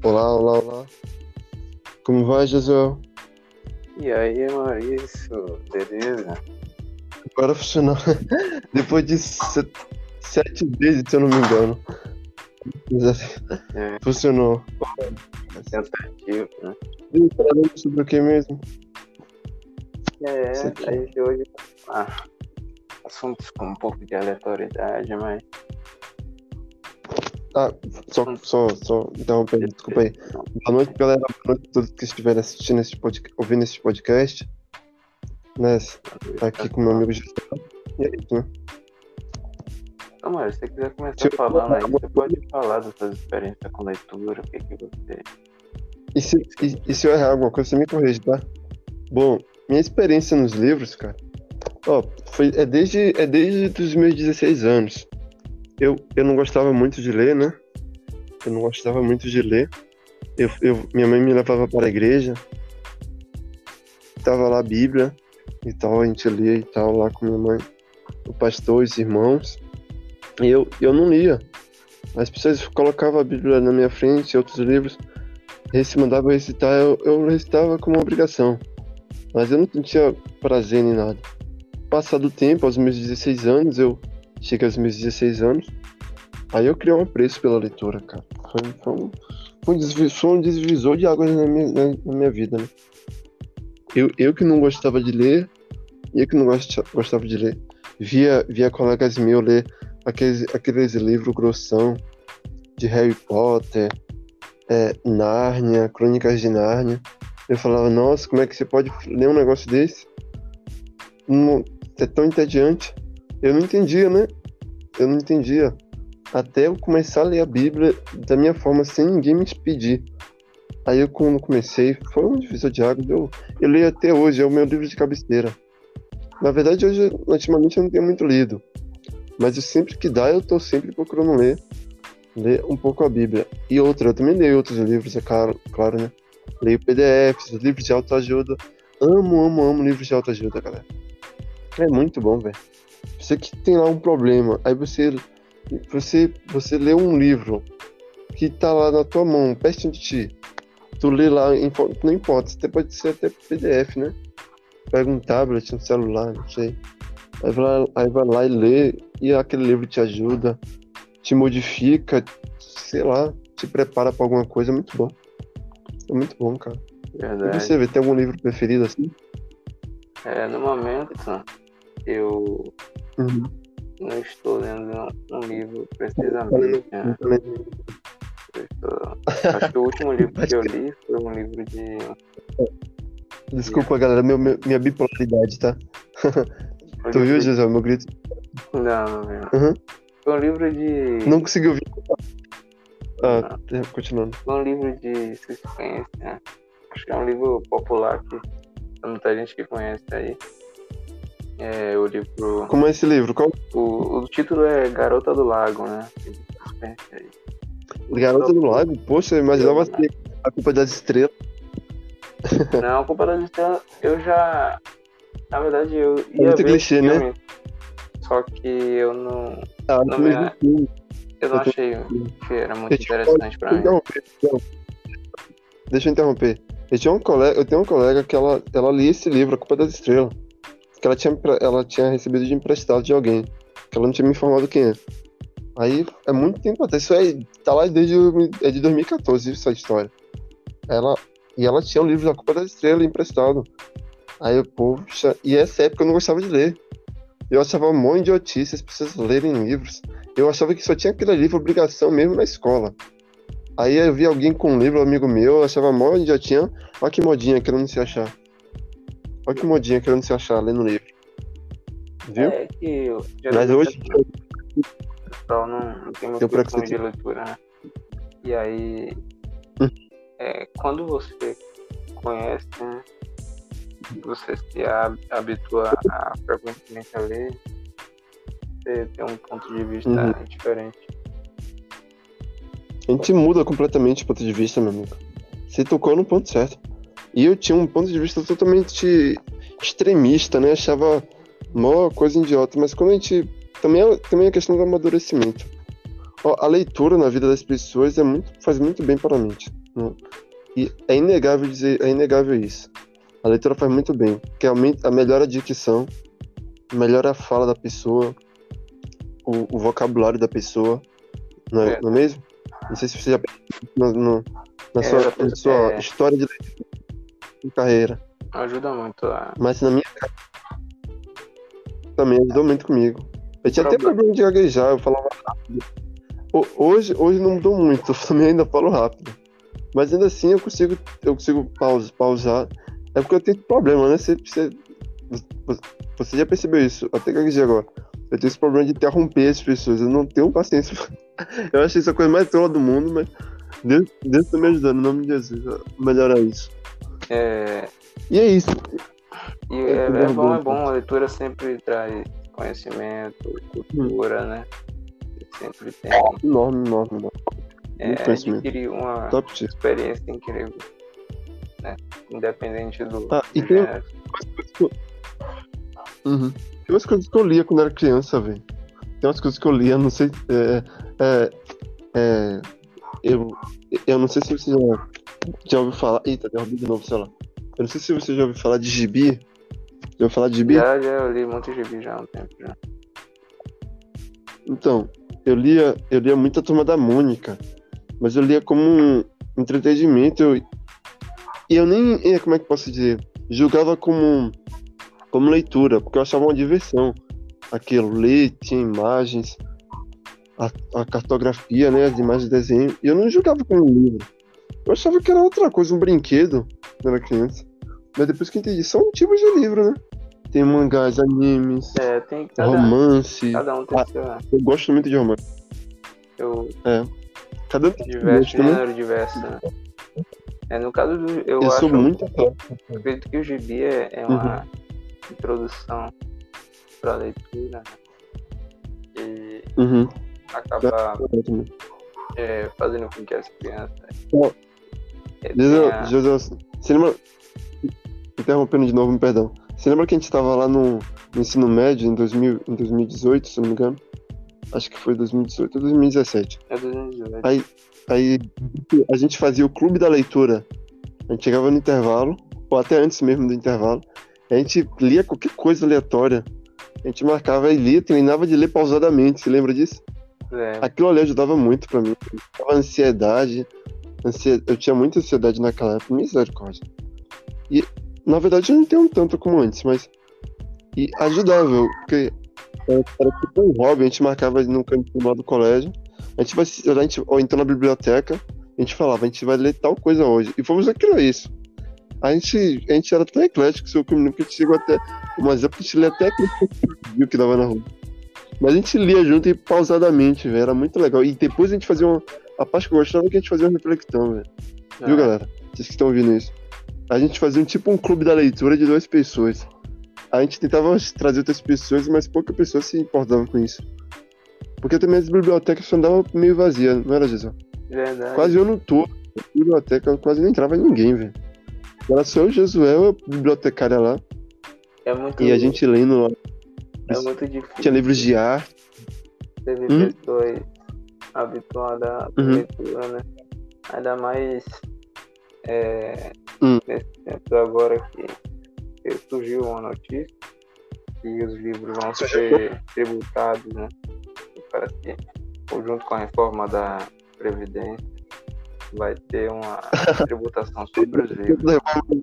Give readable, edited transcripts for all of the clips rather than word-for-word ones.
Olá, olá, olá. Como vai, Josué? E aí, Maurício, beleza? Agora funcionou. Depois de 7 vezes, se eu não me engano. É, Funcionou. tentativo, né? E falando sobre o que mesmo? Isso aqui. Aí de hoje, assuntos com um pouco de aleatoriedade, mas Ah, só interrompendo, desculpa aí. Boa noite, galera. Boa noite a todos que estiverem assistindo ouvindo esse podcast. Né? Aqui com meu amigo Josué. E é isso, né? Então, Maurício, se você quiser começar falando aí, você pode falar das suas experiências com leitura, o que você... E se eu errar alguma coisa, você me corrige, tá? Bom, minha experiência nos livros, cara, é desde os meus 16 anos. Eu não gostava muito de ler, né? Eu não gostava muito de ler. Minha mãe me levava para a igreja, tava lá a Bíblia e tal, a gente lia e tal, lá com minha mãe, o pastor, os irmãos. E eu não lia. As pessoas colocavam a Bíblia na minha frente e outros livros, se mandava recitar, eu recitava como obrigação. Mas eu não tinha prazer nem nada. Passado o tempo, aos meus 16 anos, eu cheguei aos meus 16 anos, aí eu criei um apreço pela leitura, cara. Foi um divisor de águas na minha vida, né? Eu que não gostava de ler, gostava de ler, via colegas meus ler aqueles livros grossão de Harry Potter, Nárnia, Crônicas de Nárnia. Eu falava, nossa, como é que você pode ler um negócio desse? É tão entediante. Eu não entendia, né? Eu não entendia. Até eu começar a ler a Bíblia da minha forma, sem ninguém me pedir. Aí eu, quando comecei, foi um divisor de águas. Eu leio até hoje, é o meu livro de cabeceira. Na verdade, hoje, ultimamente, eu não tenho muito lido. Mas eu sempre que dá, eu tô sempre procurando ler um pouco a Bíblia. E outra, eu também leio outros livros, é claro, né? Leio PDFs, livros de autoajuda. Amo livros de autoajuda, galera. É muito bom, velho. Você que tem lá um problema, aí você lê um livro que tá lá na tua mão, pertinho de ti. Tu lê lá, não importa, pode ser até PDF, né? Pega um tablet, um celular, não sei. Aí vai lá e lê, e aquele livro te ajuda, te modifica, sei lá, te prepara pra alguma coisa, é muito bom. É muito bom, cara. Verdade. E você tem algum livro preferido assim? No momento, eu não estou lendo um livro precisamente, né? Acho que o último livro que eu li foi um livro de... Desculpa, galera, minha bipolaridade, tá? Tu viu, Gisele, meu grito? Não vi. Foi um livro de... Não consegui ouvir. Continuando. Foi um livro de suspense, né? Acho que é um livro popular que tem muita gente que conhece aí. O livro... Como é esse livro? Qual? O título é Garota do Lago, né? Suspense aí. Garota do Lago? Poxa, eu imaginava ser A Culpa das Estrelas. Não, A Culpa das Estrelas, eu já... Na verdade, eu ia muito ver clichê, filme, né? só que eu não... Eu não achei que era muito interessante pra mim. Deixa eu interromper. Eu tenho uma colega que ela lia esse livro, A Culpa das Estrelas. Que ela tinha recebido de emprestado de alguém. Que ela não tinha me informado quem é. Aí, é muito tempo até. Isso tá lá de 2014, essa história. Ela tinha o livro da Culpa das Estrelas emprestado. Aí poxa, e essa época eu não gostava de ler. Eu achava mó idiotice as pessoas lerem livros. Eu achava que só tinha aquele livro obrigação mesmo na escola. Aí eu vi alguém com um livro, um amigo meu, eu achava mó idiotinha. Olha que modinha querendo se achar. Lendo livro. Viu? Mas hoje... O pessoal não tem muito costume de leitura, né? E aí... quando você conhece, né? Você se habitua a frequentemente a ler, você tem um ponto de vista diferente. A gente muda completamente o ponto de vista, meu amigo. Você tocou no ponto certo. E eu tinha um ponto de vista totalmente extremista, né? Achava mó coisa idiota. Mas quando a gente... Também é questão do amadurecimento. A leitura na vida das pessoas faz muito bem para a mente. E é inegável isso. A leitura faz muito bem, porque melhora a dicção, melhora a fala da pessoa, o vocabulário da pessoa, não é mesmo? Não sei se você já pensou na sua história de carreira. Ajuda muito Mas na minha casa também ajudou muito comigo. Eu tinha até problema de gaguejar, eu falava rápido. Hoje não mudou muito, eu também ainda falo rápido. Mas ainda assim eu consigo pausar. É porque eu tenho problema, né? Você já percebeu isso? Até gaguejei agora. Eu tenho esse problema de interromper as pessoas. Eu não tenho paciência. Eu acho isso a coisa mais tola do mundo, mas Deus está me ajudando, em nome de Jesus, a melhorar isso. E é isso. E é bom, a leitura sempre traz conhecimento, cultura, né? Sempre tem. Enorme. Adquirir uma experiência incrível, né? Independente do gênero. Tem umas coisas que eu lia quando era criança, velho. Tem umas coisas que eu lia, não sei. Eu não sei se você já ouviu falar. Eita, derrubei de novo, sei lá. Eu não sei se você já ouviu falar de gibi. Já ouviu falar de gibi? Já, eu li muito gibi já há um tempo já. Então, eu lia muito a Turma da Mônica, mas eu lia como um entretenimento e eu nem, como é que posso dizer, julgava como leitura, porque eu achava uma diversão aquilo, ler, tinha imagens, a cartografia, né, as imagens de desenho, e eu não julgava como um livro. Eu achava que era outra coisa, um brinquedo quando era criança. Mas depois que eu entendi, são tipos de livro, né? Tem mangás, animes, tem romance. Cada um tem seu. Eu gosto muito de romance. Cada um tem gênero diverso, né? No caso do. Eu sou muito acredito que o gibi é uma introdução para a leitura, né? E acaba fazendo com que as crianças. José, você lembra. Interrompendo de novo, me perdão. Você lembra que a gente estava lá no ensino médio em 2018, se não me engano? Acho que foi 2018 ou 2017. É 2018. Aí a gente fazia o clube da leitura. A gente chegava no intervalo, ou até antes mesmo do intervalo. A gente lia qualquer coisa aleatória. A gente marcava e lia, terminava de ler pausadamente. Você lembra disso? Aquilo ali ajudava muito pra mim. Dava ansiedade. Eu tinha muita ansiedade naquela época. Misericórdia. E, na verdade, eu não tenho tanto como antes, mas... E ajudava, porque era tipo um hobby. A gente marcava no cantinho lá do colégio. Ou então na biblioteca, a gente falava, a gente vai ler tal coisa hoje. E fomos aquilo isso. A gente era tão eclético, seu caminho, que a gente chegou até... Mas é porque a gente lia até aquele que dava na rua. Mas a gente lia junto e pausadamente, velho. Era muito legal. E depois a gente fazia a parte que eu gostava é que a gente fazia uma reflexão, velho. Viu, galera? Vocês que estão ouvindo isso. A gente fazia um clube da leitura de 2 pessoas. A gente tentava trazer outras pessoas, mas pouca pessoa se importava com isso. Porque também as bibliotecas andavam meio vazias, não era, Jesus? Verdade. Quase eu não tô na biblioteca, quase não entrava ninguém, velho. Era só o Jesuel, a bibliotecária lá. E a gente lendo lá. É muito difícil. Tinha livros de arte. Teve pessoas habituadas à leitura, né? Ainda mais nesse tempo agora que surgiu uma notícia que os livros vão ser tributados, né? Parece que, junto com a reforma da Previdência, vai ter uma tributação sobre os livros.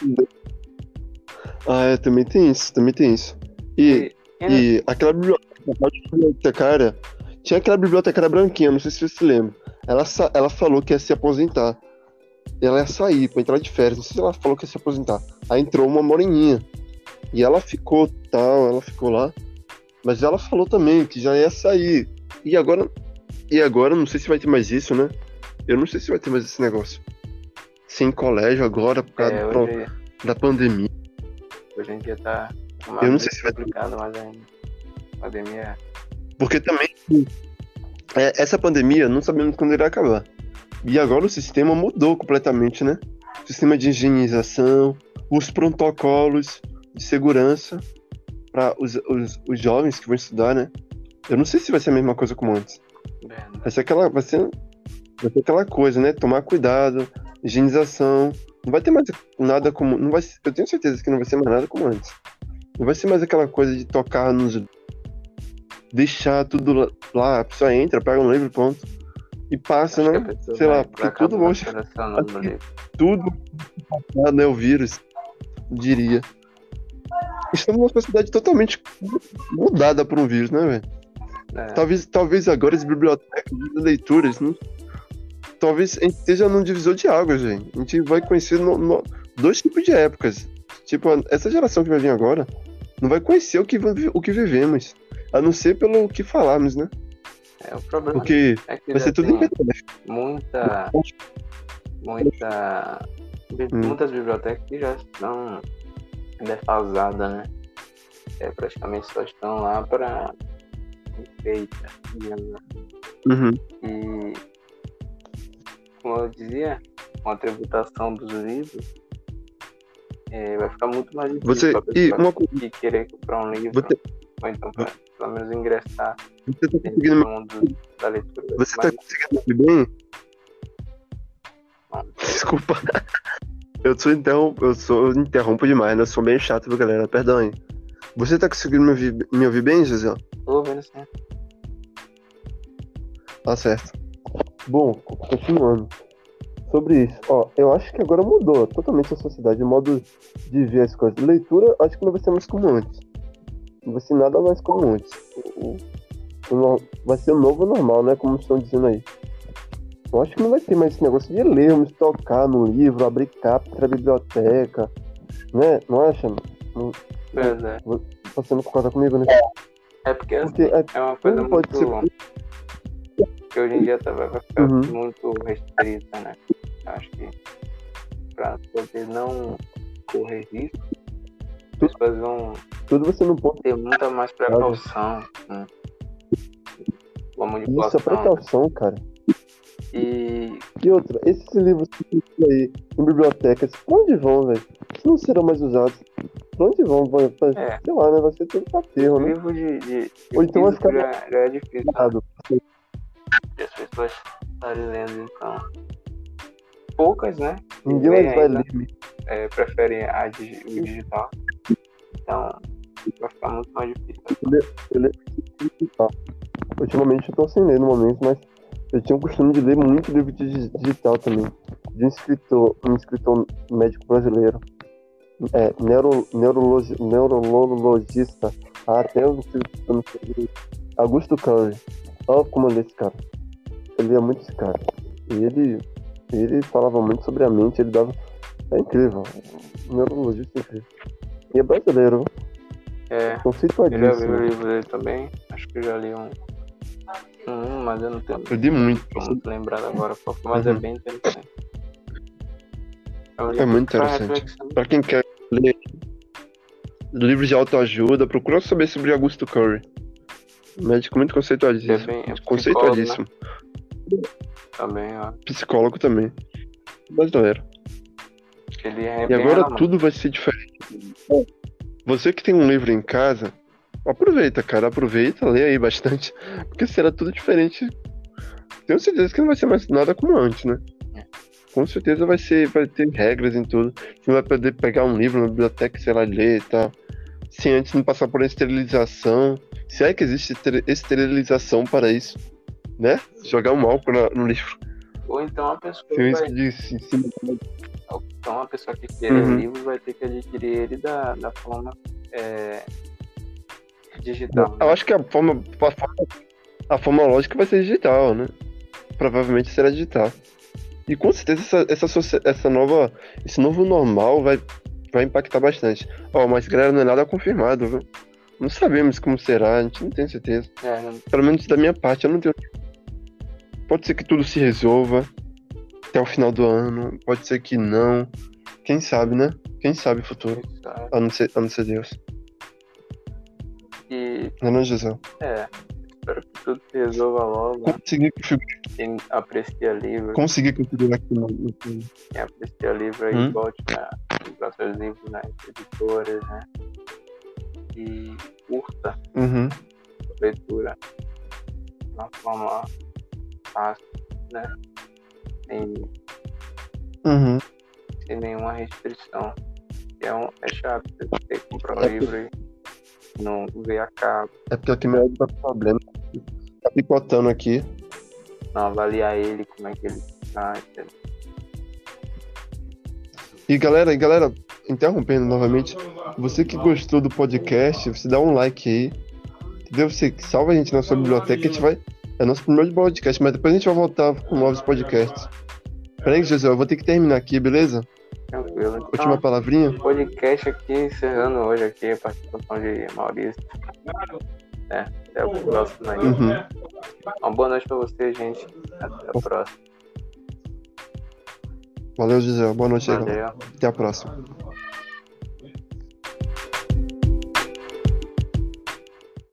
Também tem isso. E aquela bibliotecária, tinha aquela bibliotecária branquinha, não sei se você se lembra. Ela falou que ia se aposentar. Ela ia sair pra entrar de férias, não sei se ela falou que ia se aposentar. Aí entrou uma moreninha. E ela ficou lá. Mas ela falou também que já ia sair. E agora, não sei se vai ter mais isso, né? Eu não sei se vai ter mais esse negócio. Sem colégio agora, por causa da pandemia. Hoje em dia tá eu não sei se vai complicado, mas ainda. Pandemia. Porque também essa pandemia não sabemos quando irá acabar. E agora o sistema mudou completamente, né? O sistema de higienização, os protocolos de segurança para os jovens que vão estudar, né? Eu não sei se vai ser a mesma coisa como antes. Vai ser aquela coisa, né? Tomar cuidado, higienização. Não vai ter mais nada como. Não vai, eu tenho certeza que não vai ser mais nada como antes. Não vai ser mais aquela coisa de tocar nos. Deixar tudo lá, a pessoa entra, pega um livro, ponto. E passa, Acho né? que a pessoa Sei lá, vai porque acabar tudo hoje. selecionando no livro. Tudo é o vírus, diria. Estamos numa sociedade totalmente mudada por um vírus, né, velho? Talvez agora as bibliotecas, as leituras, não... talvez a gente esteja num divisor de águas, gente. A gente vai conhecer dois tipos de épocas. Tipo, essa geração que vai vir agora não vai conhecer o que vivemos, a não ser pelo que falamos, né? O problema porque é que vai ser tudo em PDF. Muitas bibliotecas que já estão defasadas, né? Praticamente só estão lá para enfeite, digamos. E, como eu dizia, com a tributação dos livros, vai ficar muito mais difícil para a pessoa que querer comprar um livro, ou então para pelo menos ingressar no mundo da leitura. Você está conseguindo ouvir bem? Desculpa. Eu interrompo demais, né? Eu sou bem chato, viu, galera? Perdão aí. Você tá conseguindo me ouvir bem, José? Tô ouvindo sim. Tá certo. Bom, continuando. Sobre isso, eu acho que agora mudou totalmente a sociedade, o modo de ver as coisas. Leitura, acho que não vai ser mais como antes. Não vai ser nada mais como antes. Vai ser o novo normal, né? Como estão dizendo aí. Eu acho que não vai ter mais esse negócio de lermos, tocar no livro, abrir capa pra biblioteca, né? Não acha? Verdade. Você não concorda comigo, né? Porque assim, é uma coisa muito... que hoje em dia vai ficar muito restrita, né? Eu acho que para poder não correr risco, as pessoas vão ter muita mais precaução, né? Com a manipulação. Isso, a precaução, cara. E outra, esses livros que tem aí em bibliotecas, pra onde vão, velho? Se não serão mais usados, pra onde vão? Sei lá, né? Vai ser tudo pra aterro, né? Livro de ou então vai ficar já é difícil. E as pessoas estarem lendo, então. Poucas, né? Ninguém mais vai ler. Preferem o digital. Então, vai ficar muito mais difícil. Ultimamente eu tô sem ler no momento, mas eu tinha o costume de ler muito livro digital também. De um escritor médico brasileiro. Neurologista. Até eu não sei. Augusto Curry. Olha como ele é esse cara. Ele é muito esse cara. E ele falava muito sobre a mente, ele dava... É incrível. Neurologista é incrível. E é brasileiro, conceituadíssimo. Eu já vi o livro dele também. Acho que eu já li mas eu não tenho... Eu li muito. Muito lembrado agora, mas é bem interessante. É muito interessante. Pra quem quer ler livros de autoajuda, procura saber sobre Augusto Curry. Médico muito conceituadíssimo. Conceituadíssimo. Né? Também, ó. Psicólogo também. Brasileiro. E agora tudo vai ser diferente. Você que tem um livro em casa, aproveita, lê aí bastante, porque será tudo diferente. Tenho certeza que não vai ser mais nada como antes, né? Com certeza vai ter regras em tudo. Você vai poder pegar um livro na biblioteca, sei lá, ler e tal. Sem antes não passar por esterilização. Se é que existe esterilização para isso, né? Jogar um álcool no livro. Ou então a pessoa Então a pessoa que quer o livro vai ter que adquirir ele da forma digital. Eu acho que a forma lógica vai ser digital, né? Provavelmente será digital. E com certeza esse novo normal vai impactar bastante. Mas galera, não é nada confirmado, viu? Não sabemos como será, a gente não tem certeza. Pelo menos da minha parte, eu não tenho. Pode ser que tudo se resolva até o final do ano, pode ser que não. Quem sabe, né? Quem sabe o futuro. A não ser Deus. Não, José? Espero que tudo se resolva logo. Quem aprecia livro. Conseguir configurar aqui Quem aprecia livro aí, volte a comprar seus livros nas editoras, né? E curta a leitura de uma forma fácil, né? Sem Uhum. sem nenhuma restrição. É chato você ter que comprar um livro e não ver a capa. É porque aqui meu áudio tá com problema. Tá picotando aqui. Não avaliar ele, como é que ele tá, entendeu? E galera, interrompendo novamente, você que gostou do podcast, você dá um like aí, entendeu? Você salva a gente na sua biblioteca, a gente vai... É nosso primeiro podcast, mas depois a gente vai voltar com novos podcasts. Peraí, José, eu vou ter que terminar aqui, beleza? Tranquilo. Então, Última palavrinha? Podcast aqui, encerrando hoje aqui a participação de Maurício. Até o próximo aí. Uhum. Uma boa noite pra você, gente. Até a próxima. Valeu, José. Boa noite aí, Valeu. galera. Até a próxima.